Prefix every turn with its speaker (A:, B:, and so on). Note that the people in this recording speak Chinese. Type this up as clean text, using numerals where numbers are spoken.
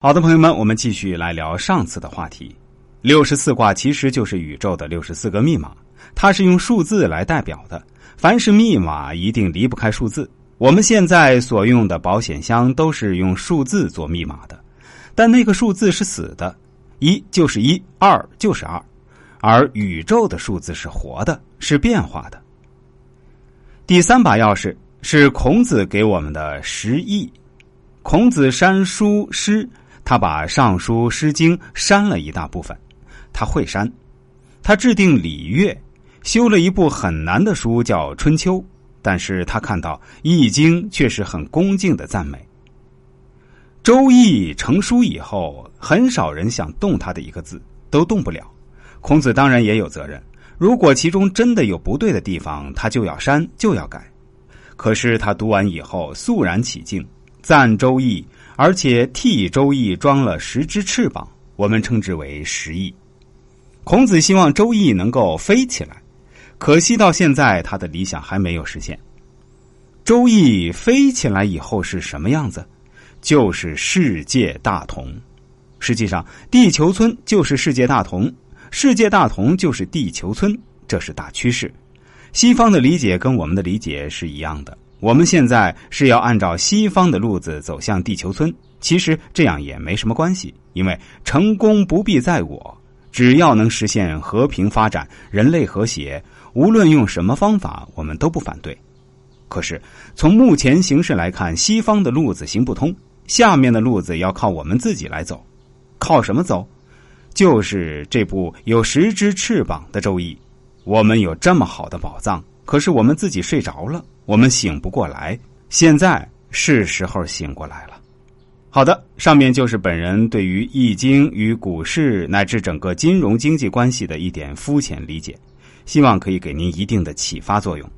A: 好的，朋友们，我们继续来聊上次的话题。64卦其实就是宇宙的64个密码，它是用数字来代表的。凡是密码一定离不开数字。我们现在所用的保险箱都是用数字做密码的，但那个数字是死的，1就是1， 2就是2，而宇宙的数字是活的，是变化的。第3把钥匙是孔子给我们的十义。孔子删书诗，他把《尚书》《诗经》删了一大部分，他会删。他制定礼乐，修了一部很难的书叫《春秋》，但是他看到《易经》却是很恭敬的赞美。《周易》成书以后，很少人想动他的一个字，都动不了。孔子当然也有责任，如果其中真的有不对的地方，他就要删，就要改。可是他读完以后肃然起敬，赞周易，而且替周易装了10只翅膀，我们称之为十翼。孔子希望周易能够飞起来，可惜到现在他的理想还没有实现。周易飞起来以后是什么样子？就是世界大同。实际上地球村就是世界大同，世界大同就是地球村，这是大趋势。西方的理解跟我们的理解是一样的，我们现在是要按照西方的路子走向地球村，其实这样也没什么关系，因为成功不必在我，只要能实现和平发展，人类和谐，无论用什么方法我们都不反对。可是从目前形势来看，西方的路子行不通，下面的路子要靠我们自己来走。靠什么走？就是这部有10只翅膀的周易。我们有这么好的宝藏，可是我们自己睡着了，我们醒不过来，现在是时候醒过来了。好的，上面就是本人对于易经与股市乃至整个金融经济关系的一点肤浅理解，希望可以给您一定的启发作用。